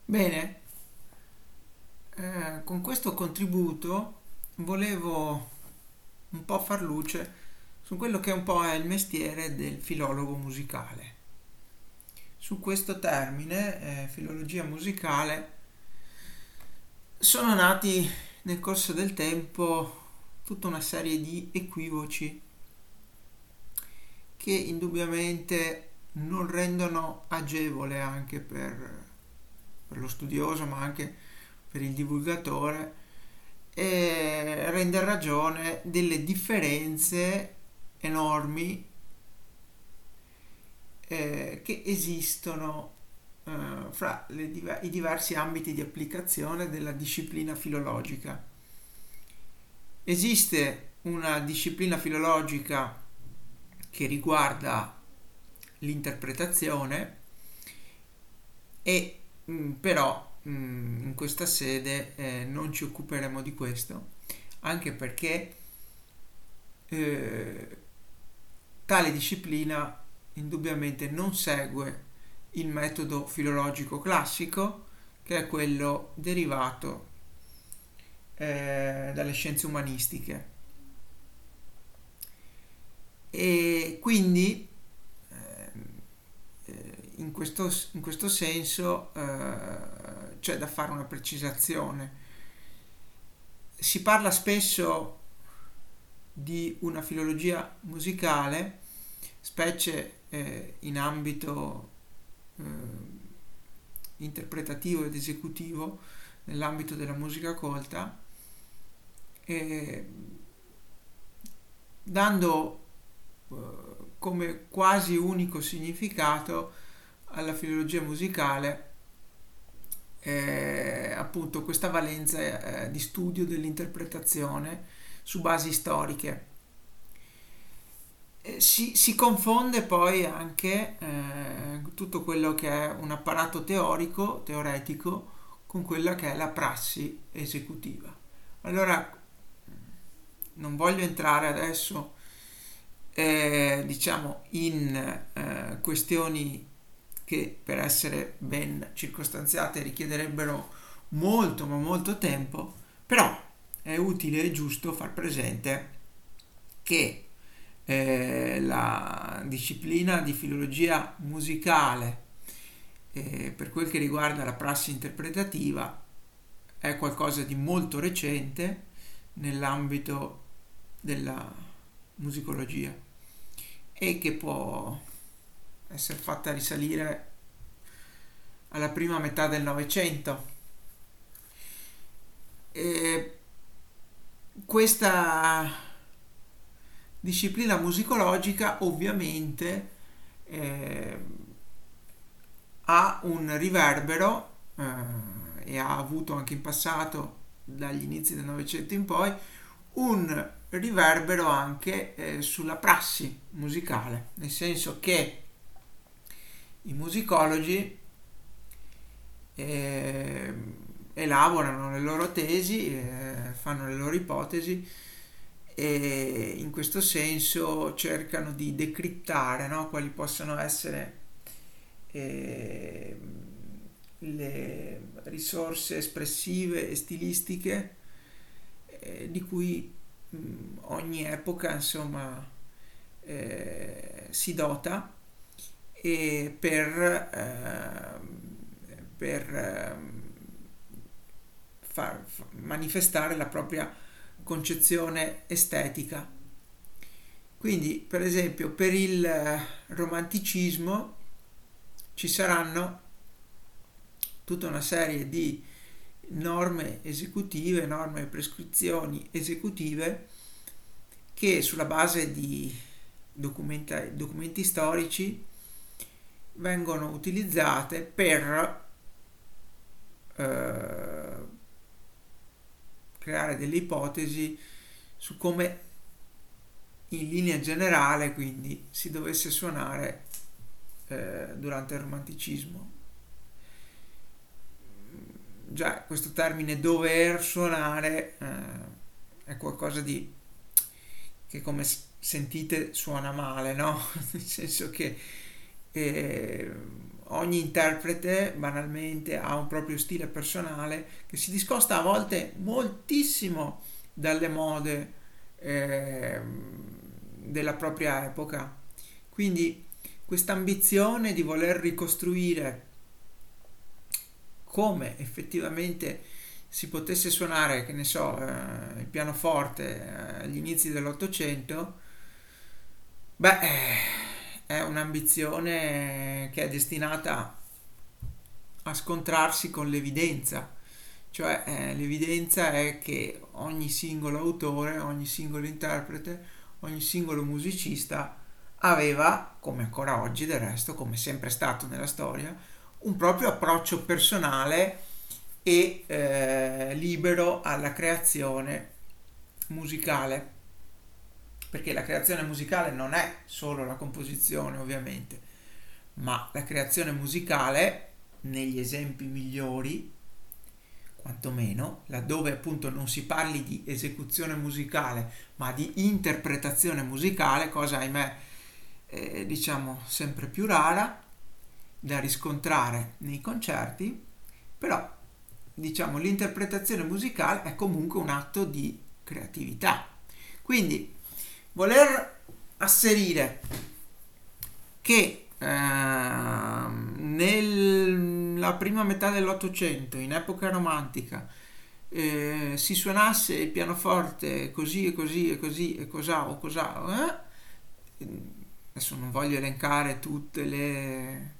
Bene, con questo contributo volevo un po' far luce su quello che un po' è il mestiere del filologo musicale. Su questo termine, filologia musicale, sono nati nel corso del tempo tutta una serie di equivoci che indubbiamente non rendono agevole anche per lo studioso, ma anche per il divulgatore, e rende ragione delle differenze enormi che esistono fra i diversi ambiti di applicazione della disciplina filologica. Esiste una disciplina filologica che riguarda l'interpretazione e però in questa sede non ci occuperemo di questo, anche perché eh, tale disciplina indubbiamente non segue il metodo filologico classico, che è quello derivato dalle scienze umanistiche. E quindi in questo senso c'è da fare una precisazione. Si parla spesso di una filologia musicale, specie in ambito eh, interpretativo ed esecutivo, nell'ambito della musica colta, eh, dando come quasi unico significato alla filologia musicale appunto questa valenza di studio dell'interpretazione su basi storiche. Si confonde poi anche tutto quello che è un apparato teoretico, con quella che è la prassi esecutiva. Allora, non voglio entrare adesso diciamo in questioni che per essere ben circostanziate richiederebbero molto ma molto tempo, però è utile e giusto far presente che la disciplina di filologia musicale per quel che riguarda la prassi interpretativa è qualcosa di molto recente nell'ambito della musicologia e che può essere fatta risalire alla prima metà del Novecento. E questa disciplina musicologica ovviamente eh, ha un riverbero e ha avuto anche in passato, dagli inizi del Novecento in poi, un riverbero anche sulla prassi musicale, nel senso che i musicologi eh, elaborano le loro tesi, fanno le loro ipotesi e in questo senso cercano di decriptare, no, quali possono essere eh, le risorse espressive e stilistiche di cui ogni epoca insomma si dota e per far manifestare la propria concezione estetica. Quindi, per esempio, per il romanticismo ci saranno tutta una serie di norme esecutive, norme e prescrizioni esecutive che sulla base di documenti storici vengono utilizzate per eh, creare delle ipotesi su come in linea generale quindi si dovesse suonare durante il romanticismo. Già questo termine dover suonare è qualcosa di che come sentite suona male, no? Nel senso che e ogni interprete banalmente ha un proprio stile personale che si discosta a volte moltissimo dalle mode della propria epoca. Quindi questa ambizione di voler ricostruire come effettivamente si potesse suonare, che ne so, il pianoforte agli inizi dell'Ottocento, beh, è un'ambizione che è destinata a scontrarsi con l'evidenza, cioè l'evidenza è che ogni singolo autore, ogni singolo interprete, ogni singolo musicista aveva, come ancora oggi del resto, come sempre stato nella storia, un proprio approccio personale e libero alla creazione musicale, perché la creazione musicale non è solo la composizione ovviamente, ma la creazione musicale negli esempi migliori, quantomeno, laddove appunto non si parli di esecuzione musicale, ma di interpretazione musicale, cosa ahimè diciamo sempre più rara da riscontrare nei concerti, però diciamo l'interpretazione musicale è comunque un atto di creatività. Quindi voler asserire che nella prima metà dell'Ottocento, in epoca romantica, si suonasse il pianoforte così e così e così e cos'ha o cos'ha, adesso non voglio elencare tutte le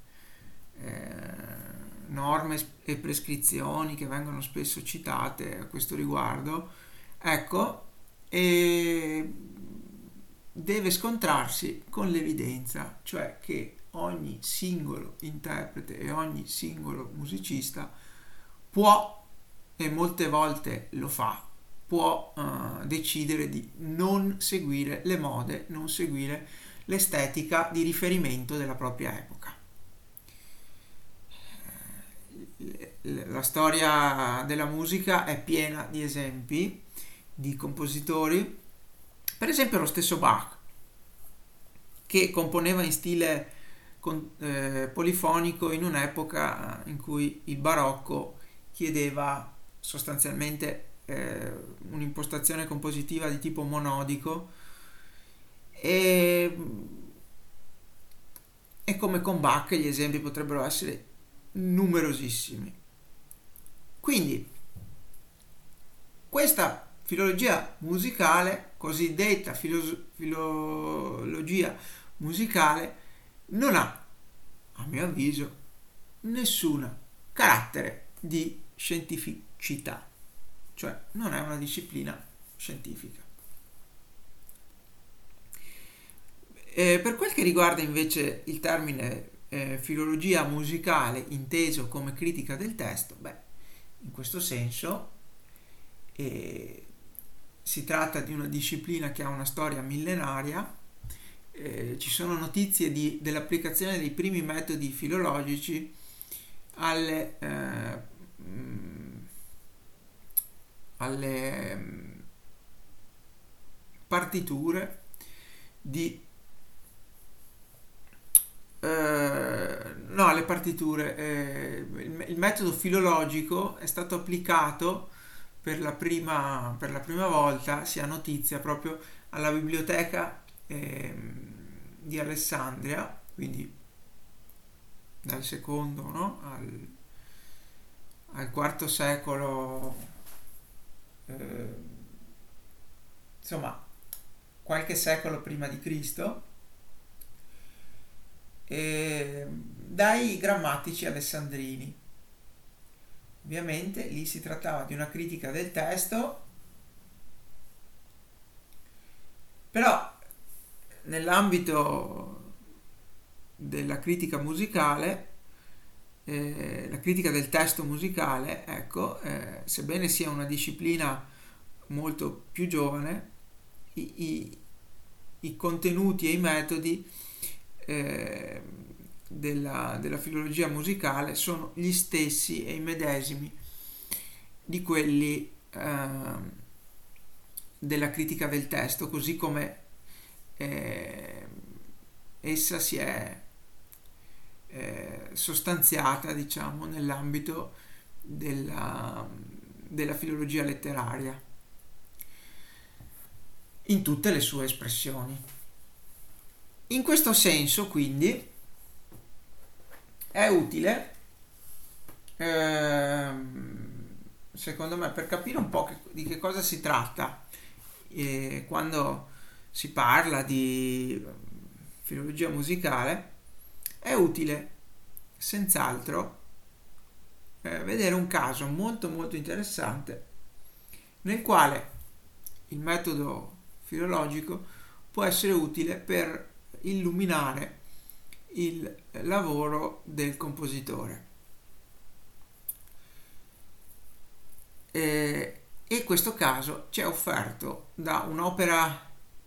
norme e prescrizioni che vengono spesso citate a questo riguardo, ecco, e deve scontrarsi con l'evidenza, cioè che ogni singolo interprete e ogni singolo musicista può, e molte volte lo fa, può decidere di non seguire le mode, non seguire l'estetica di riferimento della propria epoca. La storia della musica è piena di esempi di compositori, per esempio lo stesso Bach, che componeva in stile polifonico in un'epoca in cui il barocco chiedeva sostanzialmente un'impostazione compositiva di tipo monodico, e come con Bach gli esempi potrebbero essere numerosissimi. Quindi questa filologia musicale, cosiddetta filologia musicale, non ha, a mio avviso, nessun carattere di scientificità, cioè non è una disciplina scientifica. Per quel che riguarda invece il termine filologia musicale inteso come critica del testo, beh, in questo senso si tratta di una disciplina che ha una storia millenaria. Ci sono notizie dell'applicazione dei primi metodi filologici alle partiture di no, alle partiture. Il metodo filologico è stato applicato per la prima volta, si ha notizia proprio alla biblioteca di Alessandria, quindi dal secondo, no? al IV secolo, insomma qualche secolo prima di Cristo, dai grammatici alessandrini. Ovviamente lì si trattava di una critica del testo, però nell'ambito della critica musicale, la critica del testo musicale, ecco, sebbene sia una disciplina molto più giovane, i contenuti e i metodi della filologia musicale sono gli stessi e i medesimi di quelli della critica del testo, così come essa si è sostanziata, diciamo, nell'ambito della filologia letteraria, in tutte le sue espressioni. In questo senso, quindi, è utile, secondo me, per capire un po' di che cosa si tratta quando si parla di filologia musicale, è utile senz'altro vedere un caso molto molto interessante nel quale il metodo filologico può essere utile per illuminare il lavoro del compositore. E questo caso ci è offerto da un'opera,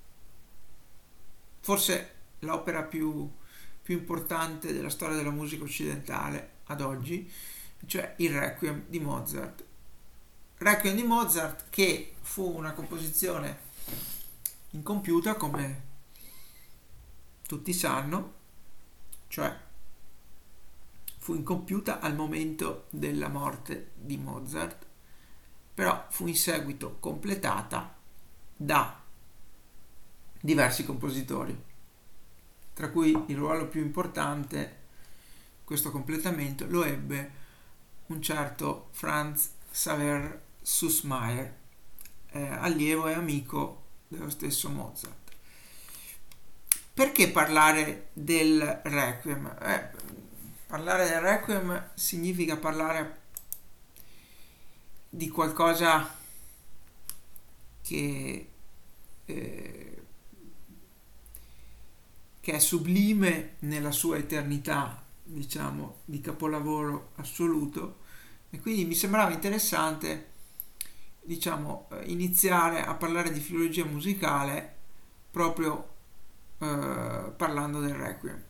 forse l'opera più importante della storia della musica occidentale ad oggi, cioè il Requiem di Mozart. Requiem di Mozart, che fu una composizione incompiuta, come tutti sanno, cioè fu incompiuta al momento della morte di Mozart, però fu in seguito completata da diversi compositori, tra cui il ruolo più importante, questo completamento, lo ebbe un certo Franz Xaver Süssmayr, allievo e amico dello stesso Mozart. Perché parlare del Requiem? Parlare del Requiem significa parlare di qualcosa che è sublime nella sua eternità, diciamo, di capolavoro assoluto, e quindi mi sembrava interessante, diciamo, iniziare a parlare di filologia musicale proprio parlando del Requiem.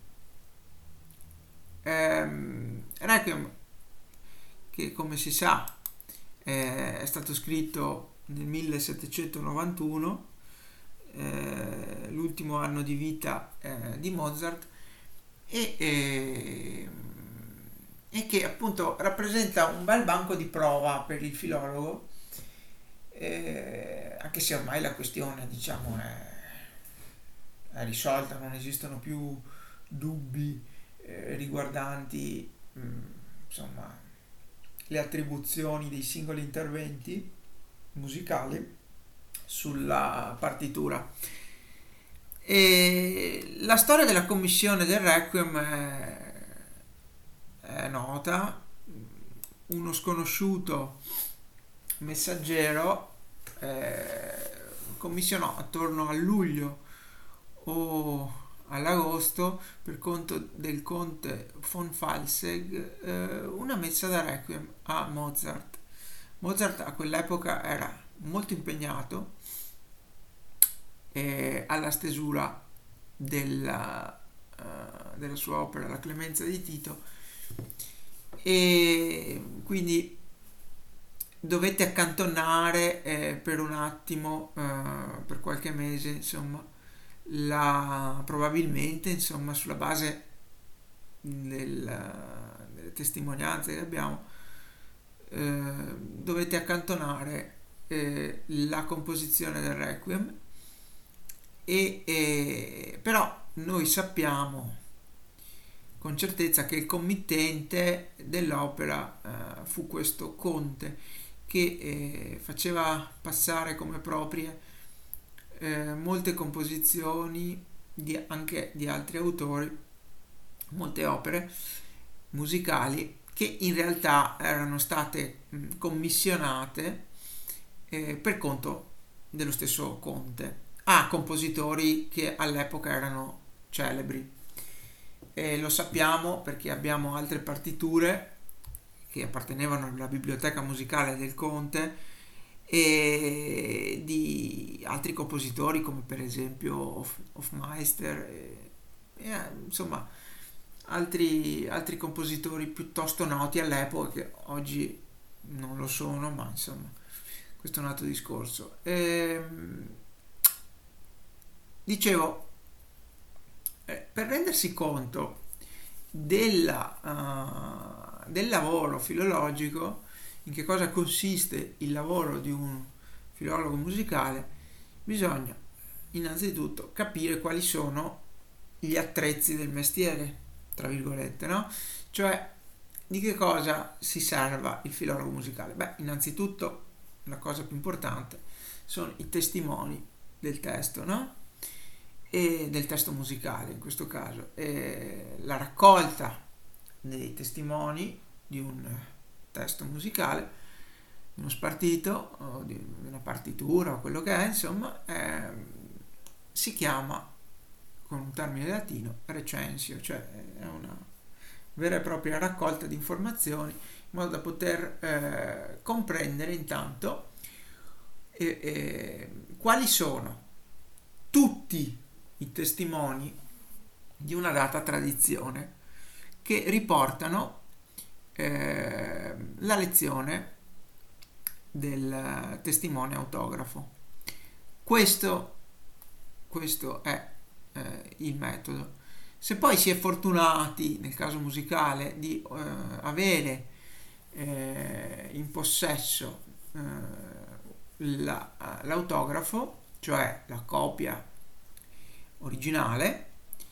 Requiem, che come si sa è stato scritto nel 1791, l'ultimo anno di vita di Mozart, e che appunto rappresenta un bel banco di prova per il filologo, anche se ormai la questione, diciamo, è risolta, non esistono più dubbi riguardanti insomma le attribuzioni dei singoli interventi musicali sulla partitura. E la storia della commissione del Requiem è nota. Uno sconosciuto messaggero commissionò attorno a luglio o all'agosto, per conto del conte von Falsegg, una messa da Requiem a Mozart. Mozart a quell'epoca era molto impegnato alla stesura della sua opera La Clemenza di Tito, e quindi dovette accantonare per un attimo, per qualche mese, insomma, probabilmente, insomma, sulla base delle testimonianze che abbiamo, dovete accantonare la composizione del Requiem, però noi sappiamo con certezza che il committente dell'opera fu questo conte, che faceva passare come proprie molte composizioni anche di altri autori, molte opere musicali che in realtà erano state commissionate per conto dello stesso conte a compositori che all'epoca erano celebri. Lo sappiamo perché abbiamo altre partiture che appartenevano alla biblioteca musicale del conte e di altri compositori come per esempio Hofmeister, insomma altri compositori piuttosto noti all'epoca che oggi non lo sono, ma insomma questo è un altro discorso. Dicevo, per rendersi conto del lavoro filologico, in che cosa consiste il lavoro di un filologo musicale, bisogna innanzitutto capire quali sono gli attrezzi del mestiere, tra virgolette, no? Cioè, di che cosa si serva il filologo musicale? Beh, innanzitutto la cosa più importante sono i testimoni del testo, no? E del testo musicale in questo caso. E la raccolta dei testimoni di un testo musicale, di uno spartito o di una partitura o quello che è, insomma, si chiama con un termine latino recensio, cioè è una vera e propria raccolta di informazioni in modo da poter comprendere intanto quali sono tutti i testimoni di una data tradizione che riportano la lezione del testimone autografo. Questo è il metodo. Se poi si è fortunati, nel caso musicale, di avere in possesso l'autografo, cioè la copia originale,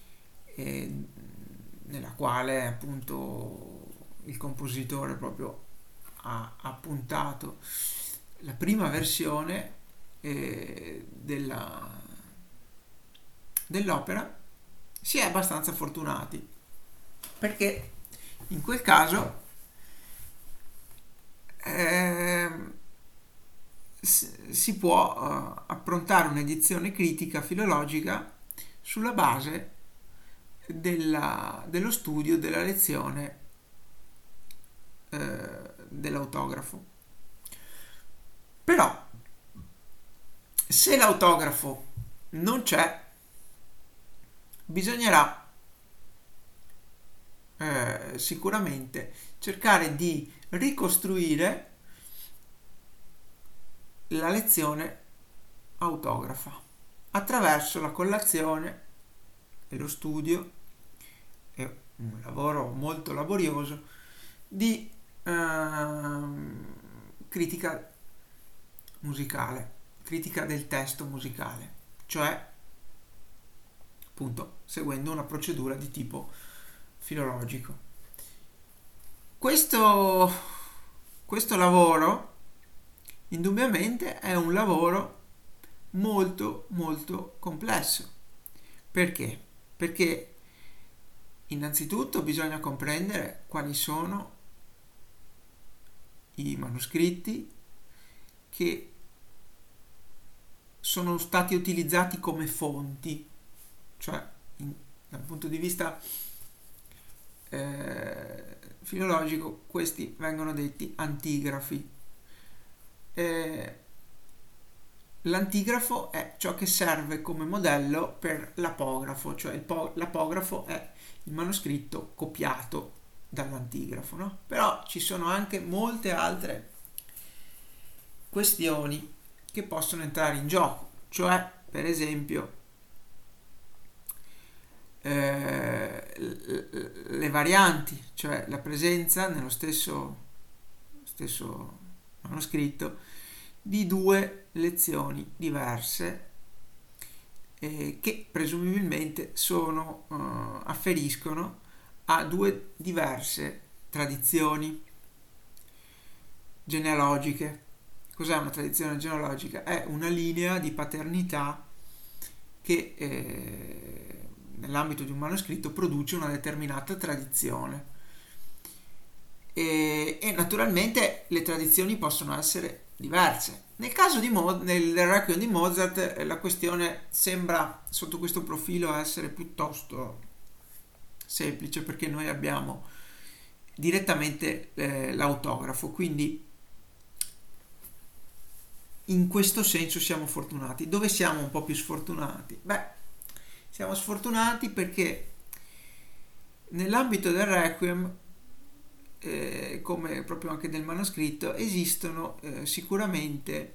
nella quale appunto il compositore proprio ha appuntato la prima versione dell'opera, si è abbastanza fortunati, perché in quel caso si può approntare un'edizione critica filologica sulla base dello studio della lezione dell'autografo. Però se l'autografo non c'è, bisognerà sicuramente cercare di ricostruire la lezione autografa attraverso la collazione e lo studio, è un lavoro molto laborioso, di critica musicale, critica del testo musicale, cioè appunto seguendo una procedura di tipo filologico. Questo lavoro indubbiamente è un lavoro molto molto complesso. Perché? Perché innanzitutto bisogna comprendere quali sono i manoscritti che sono stati utilizzati come fonti, cioè dal punto di vista filologico questi vengono detti antigrafi. L'antigrafo è ciò che serve come modello per l'apografo, cioè l'apografo è il manoscritto copiato dall'antigrafo, no? Però ci sono anche molte altre questioni che possono entrare in gioco, cioè per esempio le varianti, cioè la presenza nello stesso manoscritto di due lezioni diverse che presumibilmente afferiscono a due diverse tradizioni genealogiche. Cos'è una tradizione genealogica? È una linea di paternità che nell'ambito di un manoscritto produce una determinata tradizione. E naturalmente le tradizioni possono essere diverse. Nel caso nel Requiem di Mozart la questione sembra sotto questo profilo essere piuttosto semplice, perché noi abbiamo direttamente l'autografo, quindi in questo senso siamo fortunati. Dove siamo un po' più sfortunati? Beh, siamo sfortunati perché nell'ambito del Requiem, come proprio anche del manoscritto, esistono sicuramente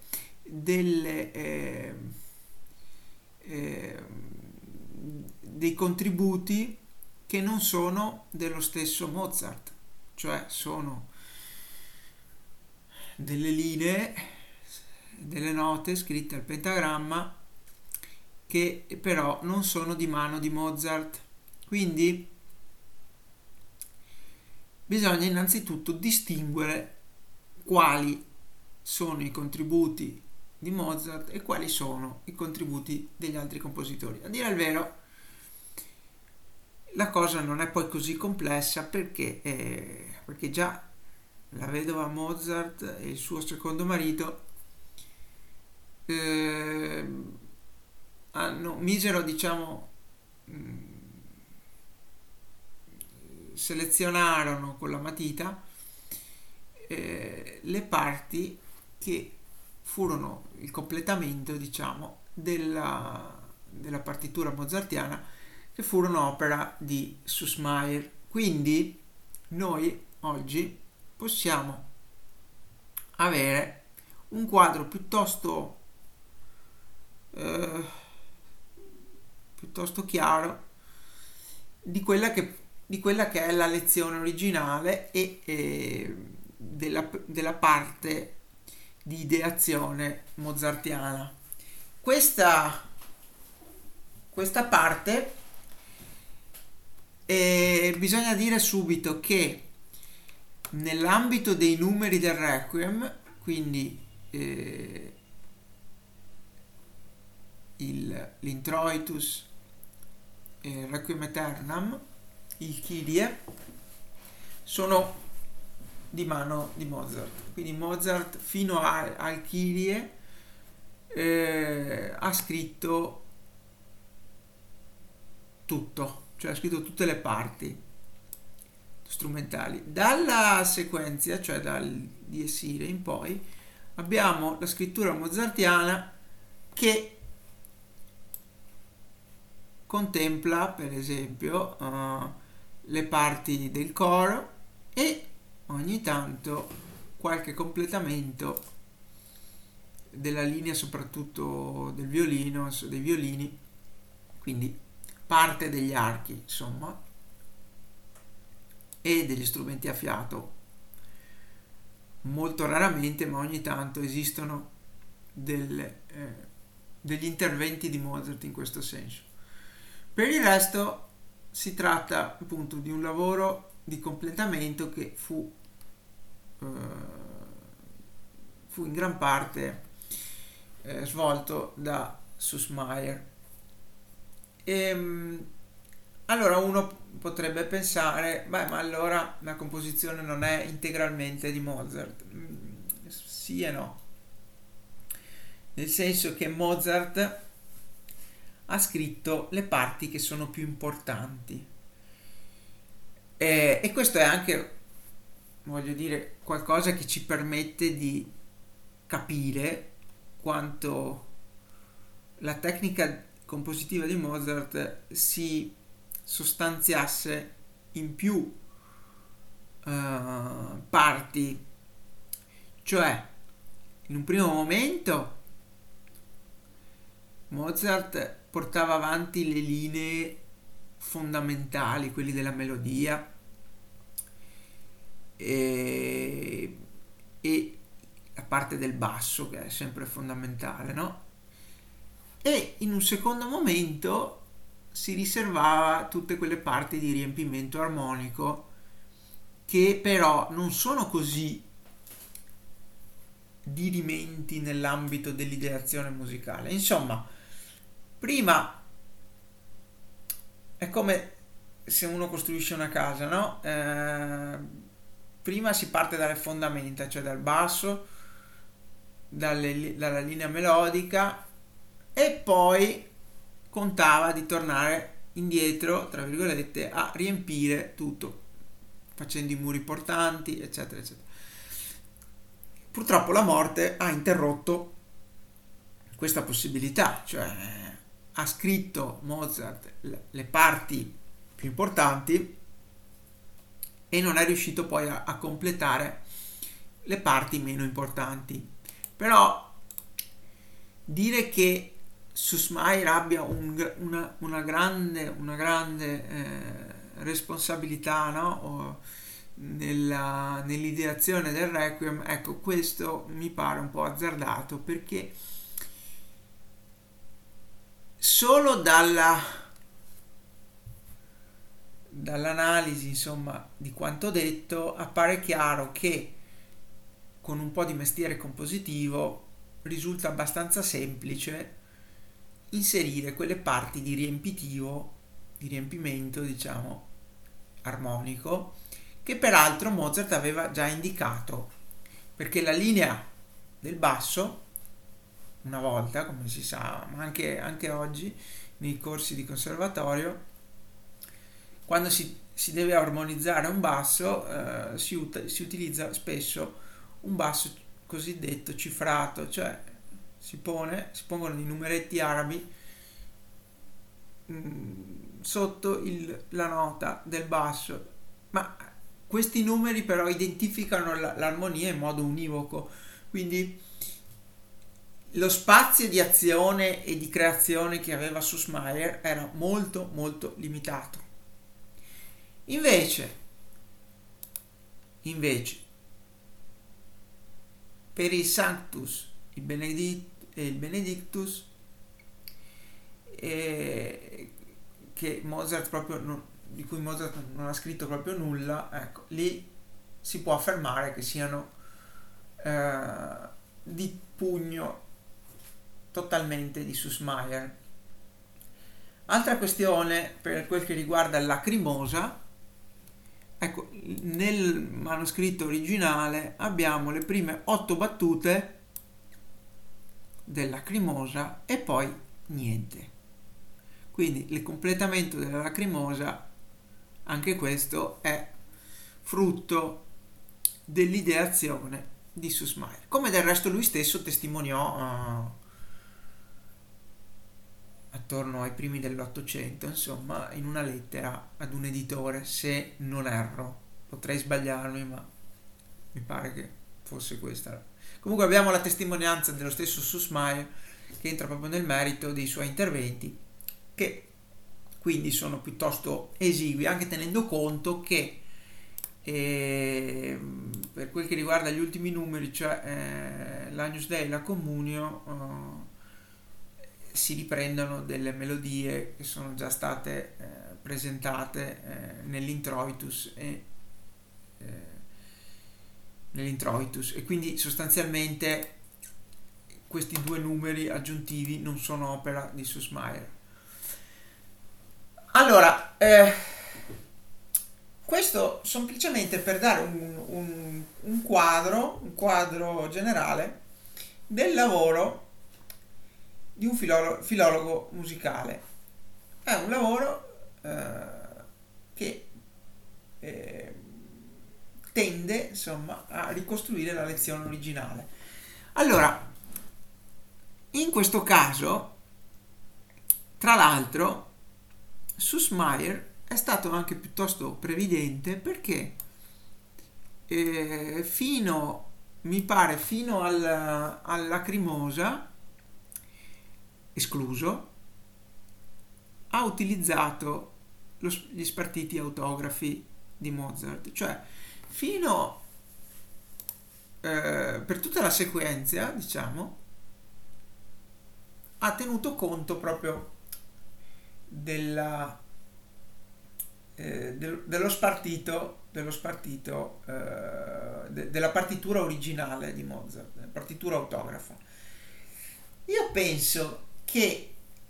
dei contributi che non sono dello stesso Mozart, cioè sono delle linee, delle note scritte al pentagramma che però non sono di mano di Mozart. Quindi bisogna innanzitutto distinguere quali sono i contributi di Mozart e quali sono i contributi degli altri compositori. A dire il vero, la cosa non è poi così complessa perché già la vedova Mozart e il suo secondo marito misero, diciamo, selezionarono con la matita le parti che furono il completamento, diciamo, della partitura mozartiana, che furono opera di Süssmayr. Quindi noi oggi possiamo avere un quadro piuttosto chiaro di quella che è la lezione originale e della parte di ideazione mozartiana. Questa parte, bisogna dire subito che nell'ambito dei numeri del Requiem, quindi l'introitus, il Requiem Aeternam, il Kyrie, sono di mano di Mozart. Quindi Mozart fino al Kyrie ha scritto tutto, cioè ha scritto tutte le parti strumentali. Dalla sequenza, cioè dal Dies Irae in poi, abbiamo la scrittura mozartiana che contempla per esempio le parti del coro e ogni tanto qualche completamento della linea, soprattutto del violino, dei violini, quindi parte degli archi, insomma, e degli strumenti a fiato. Molto raramente, ma ogni tanto esistono degli interventi di Mozart in questo senso. Per il resto si tratta appunto di un lavoro di completamento che fu in gran parte svolto da Süssmayr. Allora uno potrebbe pensare, beh, ma allora la composizione non è integralmente di Mozart. Sì e no, nel senso che Mozart ha scritto le parti che sono più importanti e questo è anche, voglio dire, qualcosa che ci permette di capire quanto la tecnica compositiva di Mozart si sostanziasse in più parti, cioè in un primo momento Mozart portava avanti le linee fondamentali, quelli della melodia e la parte del basso, che è sempre fondamentale, no? E in un secondo momento si riservava tutte quelle parti di riempimento armonico che però non sono così dirimenti nell'ambito dell'ideazione musicale. Insomma, prima è come se uno costruisce una casa, no? Prima si parte dalle fondamenta, cioè dal basso, dalla linea melodica, e poi contava di tornare indietro, tra virgolette, a riempire tutto, facendo i muri portanti, eccetera, eccetera. Purtroppo la morte ha interrotto questa possibilità, cioè ha scritto Mozart le parti più importanti e non è riuscito poi a completare le parti meno importanti. Però dire che Süssmayr abbia una grande responsabilità, no? Nell'ideazione del Requiem, ecco, questo mi pare un po' azzardato, perché solo dall'analisi, insomma, di quanto detto, appare chiaro che con un po' di mestiere compositivo risulta abbastanza semplice inserire quelle parti di riempitivo, di riempimento, diciamo, armonico, che peraltro Mozart aveva già indicato, perché la linea del basso, una volta, come si sa, ma anche oggi nei corsi di conservatorio, quando si deve armonizzare un basso, si utilizza spesso un basso cosiddetto cifrato, cioè si pongono dei numeretti arabi sotto la nota del basso, ma questi numeri però identificano l'armonia in modo univoco, quindi lo spazio di azione e di creazione che aveva Sussmayer era molto molto limitato. Invece per il Sanctus, il Benedictus, che Mozart proprio di cui Mozart non ha scritto proprio nulla, ecco, lì si può affermare che siano di pugno totalmente di Sussmayer. Altra questione per quel che riguarda il Lacrimosa, ecco, nel manoscritto originale abbiamo le prime 8 battute del Lacrimosa e poi niente. Quindi il completamento della Lacrimosa, anche questo è frutto dell'ideazione di Sussmayer, come del resto lui stesso testimoniò attorno ai primi dell'Ottocento, insomma, in una lettera ad un editore, se non erro. Potrei sbagliarmi, ma mi pare che fosse questa. Comunque abbiamo la testimonianza dello stesso Sussmayer che entra proprio nel merito dei suoi interventi, che quindi sono piuttosto esigui, anche tenendo conto che per quel che riguarda gli ultimi numeri, cioè l'Agnus Dei e la Communio, si riprendono delle melodie che sono già state presentate nell'introitus e quindi sostanzialmente questi due numeri aggiuntivi non sono opera di Sussmayer. Allora, questo semplicemente per dare un quadro generale del lavoro di un filologo musicale. È un lavoro che tende, insomma, a ricostruire la lezione originale. Allora, in questo caso, tra l'altro, Sussmayer è stato anche piuttosto previdente, perché mi pare fino al Lacrimosa escluso, ha utilizzato gli spartiti autografi di Mozart, cioè fino per tutta la sequenza, diciamo, ha tenuto conto proprio dello spartito della partitura originale di Mozart, la partitura autografa. Io penso che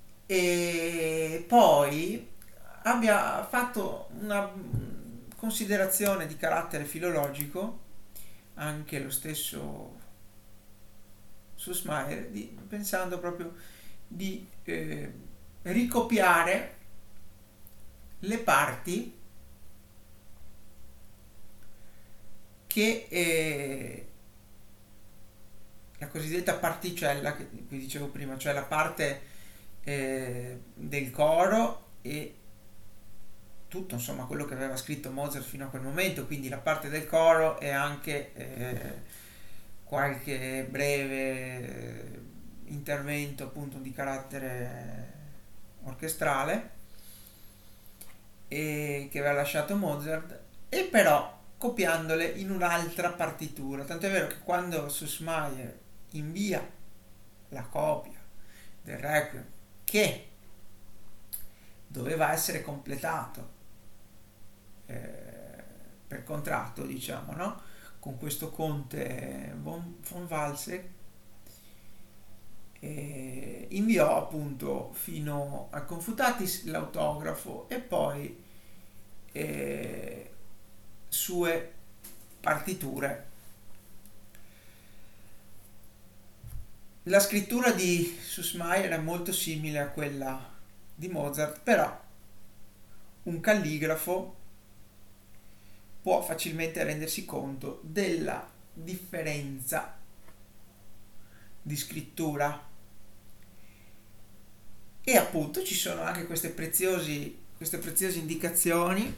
poi abbia fatto una considerazione di carattere filologico anche lo stesso Sussmayer, pensando proprio di ricopiare le parti che la cosiddetta particella che vi dicevo prima, cioè la parte del coro e tutto, insomma, quello che aveva scritto Mozart fino a quel momento, quindi la parte del coro e anche qualche breve intervento appunto di carattere orchestrale, e che aveva lasciato Mozart, e però copiandole in un'altra partitura. Tant'è vero che quando Süssmayr invia la copia del Requiem, che doveva essere completato per contratto, diciamo, no? Con questo conte von Walsegg, inviò appunto fino a Confutatis l'autografo e poi sue partiture. La scrittura di Süssmayr è molto simile a quella di Mozart, però un calligrafo può facilmente rendersi conto della differenza di scrittura, e appunto ci sono anche queste preziose indicazioni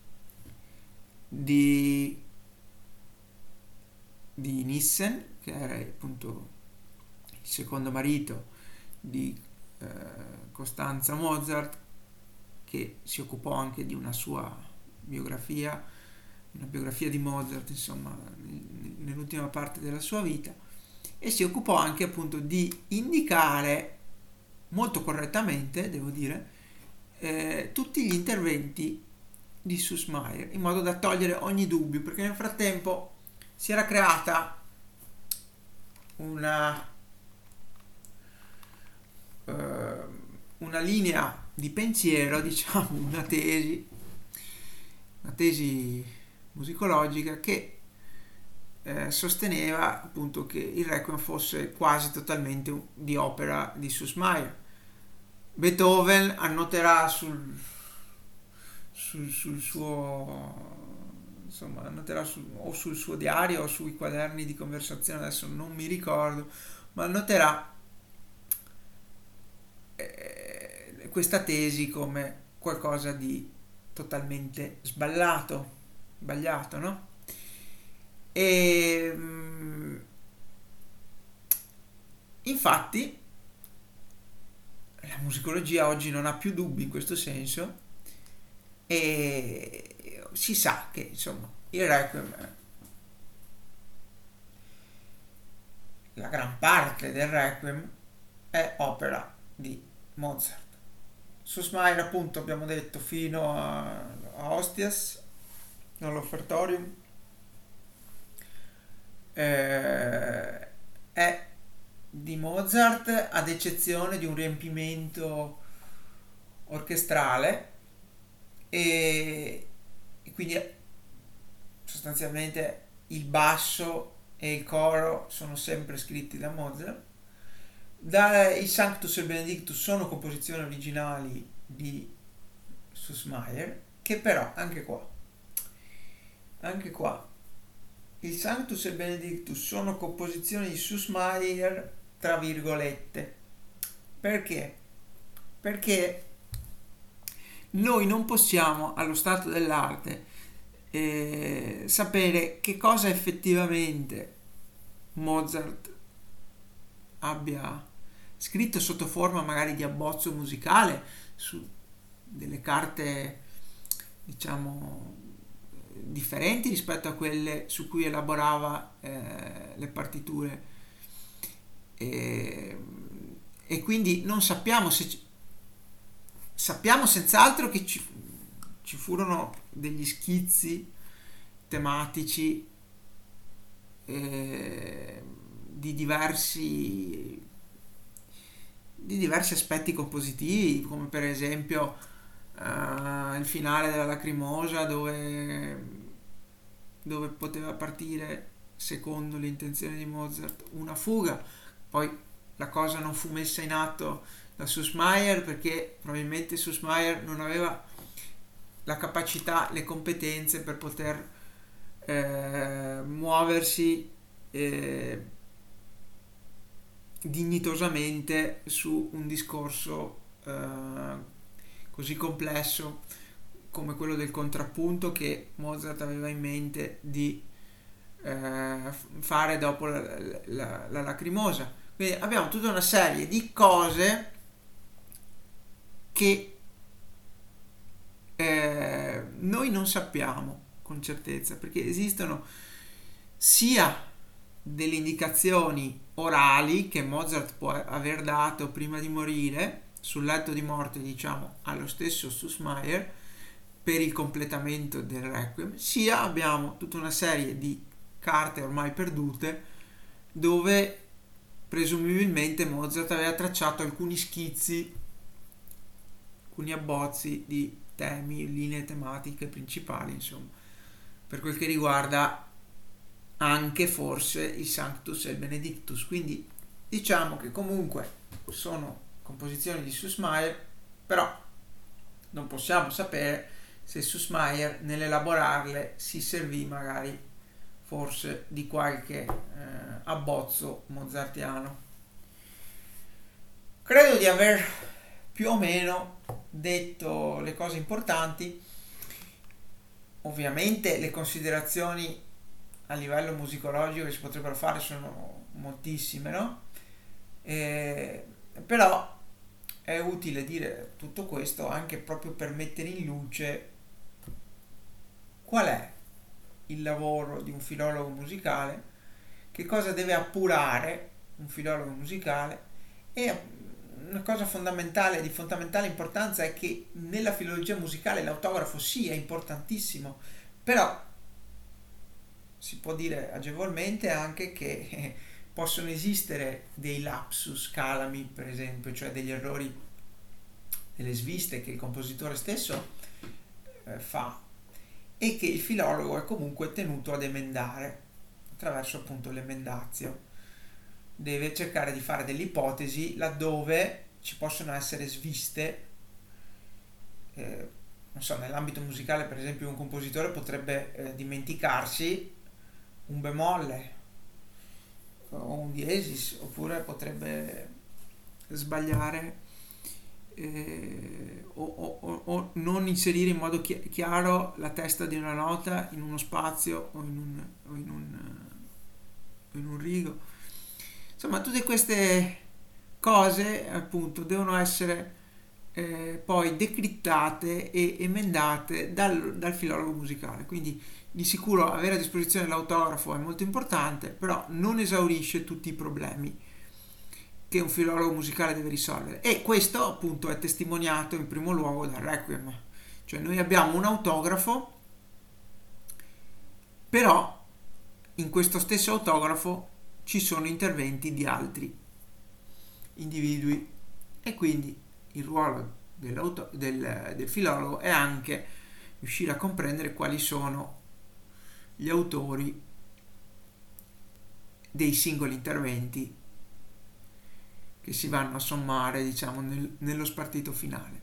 di Nissen, che era appunto il secondo marito di Costanza Mozart, che si occupò anche di una sua biografia, una biografia di Mozart, insomma, nell'ultima parte della sua vita, e si occupò anche appunto di indicare molto correttamente, devo dire, tutti gli interventi di Süssmayr, in modo da togliere ogni dubbio, perché nel frattempo si era creata una una linea di pensiero, diciamo, una tesi musicologica che sosteneva appunto che il Requiem fosse quasi totalmente di opera di Süssmayr. Beethoven annoterà sul suo, insomma, annoterà o sul suo diario o sui quaderni di conversazione, adesso non mi ricordo, ma annoterà questa tesi come qualcosa di totalmente sbagliato, no? E infatti la musicologia oggi non ha più dubbi in questo senso, e si sa che insomma il Requiem, la gran parte del Requiem, è opera di Mozart. Süssmayr, appunto, abbiamo detto fino a Ostias, all'offertorium, è di Mozart, ad eccezione di un riempimento orchestrale, e quindi sostanzialmente il basso e il coro sono sempre scritti da Mozart. I Sanctus e il Benedictus sono composizioni originali di Süssmayr, che però anche qua il Sanctus e il Benedictus sono composizioni di Süssmayr tra virgolette. Perché? Perché noi non possiamo allo stato dell'arte sapere che cosa effettivamente Mozart abbia scritto sotto forma magari di abbozzo musicale su delle carte, diciamo, differenti rispetto a quelle su cui elaborava le partiture, e quindi non sappiamo se sappiamo senz'altro che ci furono degli schizzi tematici di diversi aspetti compositivi, come per esempio il finale della Lacrimosa, dove poteva partire, secondo le intenzioni di Mozart, una fuga. Poi la cosa non fu messa in atto da Süssmayr, perché probabilmente Süssmayr non aveva la capacità, le competenze per poter muoversi dignitosamente su un discorso così complesso come quello del contrappunto che Mozart aveva in mente di fare dopo la Lacrimosa. Quindi abbiamo tutta una serie di cose che noi non sappiamo con certezza, perché esistono sia delle indicazioni orali che Mozart può aver dato prima di morire, sul letto di morte, diciamo, allo stesso Sussmayer per il completamento del Requiem, sia abbiamo tutta una serie di carte ormai perdute dove presumibilmente Mozart aveva tracciato alcuni schizzi, alcuni abbozzi di temi, linee tematiche principali, insomma, per quel che riguarda anche forse il Sanctus e il Benedictus. Quindi diciamo che comunque sono composizioni di Sussmayer, però non possiamo sapere se Sussmayer nell'elaborarle si servì magari forse di qualche abbozzo mozartiano. Credo di aver più o meno detto le cose importanti. Ovviamente le considerazioni a livello musicologico che si potrebbero fare sono moltissime, no? Però è utile dire tutto questo anche proprio per mettere in luce qual è il lavoro di un filologo musicale, che cosa deve appurare un filologo musicale, e una cosa fondamentale, di fondamentale importanza, è che nella filologia musicale l'autografo sì è importantissimo, però si può dire agevolmente anche che possono esistere dei lapsus calami, per esempio, cioè degli errori, delle sviste che il compositore stesso fa, e che il filologo è comunque tenuto ad emendare attraverso appunto l'emendazio. Deve cercare di fare delle ipotesi laddove ci possono essere sviste. Non so, nell'ambito musicale, per esempio, un compositore potrebbe dimenticarsi un bemolle o un diesis, oppure potrebbe sbagliare o non inserire in modo chiaro la testa di una nota in uno spazio o in un rigo. Insomma, tutte queste cose appunto devono essere poi decrittate e emendate dal filologo musicale. Quindi di sicuro avere a disposizione l'autografo è molto importante, però non esaurisce tutti i problemi che un filologo musicale deve risolvere, e questo appunto è testimoniato in primo luogo dal Requiem. Cioè noi abbiamo un autografo, però in questo stesso autografo ci sono interventi di altri individui, e quindi il ruolo del filologo è anche riuscire a comprendere quali sono gli autori dei singoli interventi che si vanno a sommare, diciamo, nello spartito finale.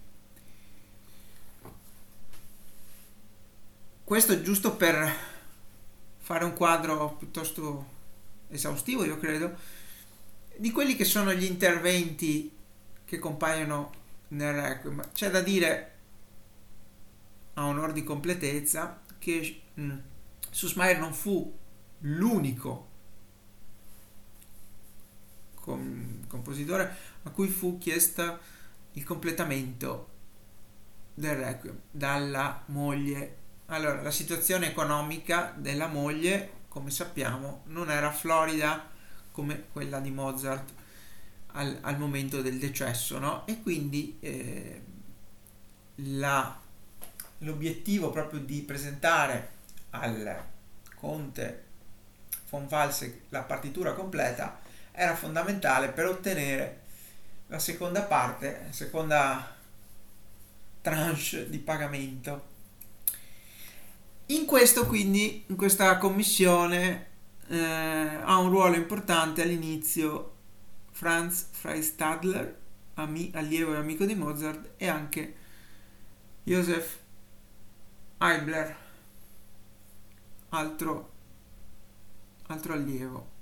Questo è giusto per fare un quadro piuttosto esaustivo, io credo, di quelli che sono gli interventi che compaiono nel Requiem. C'è da dire, a onor di completezza, che Sussmayer non fu l'unico compositore a cui fu chiesto il completamento del Requiem dalla moglie. Allora, la situazione economica della moglie, come sappiamo, non era florida come quella di Mozart al momento del decesso, no? E quindi l'obiettivo proprio di presentare al conte von Walsegg la partitura completa era fondamentale per ottenere la seconda parte, la seconda tranche di pagamento. In questo, quindi, in questa commissione ha un ruolo importante all'inizio Franz Freistadler, allievo e amico di Mozart, e anche Joseph Eibler, altro allievo.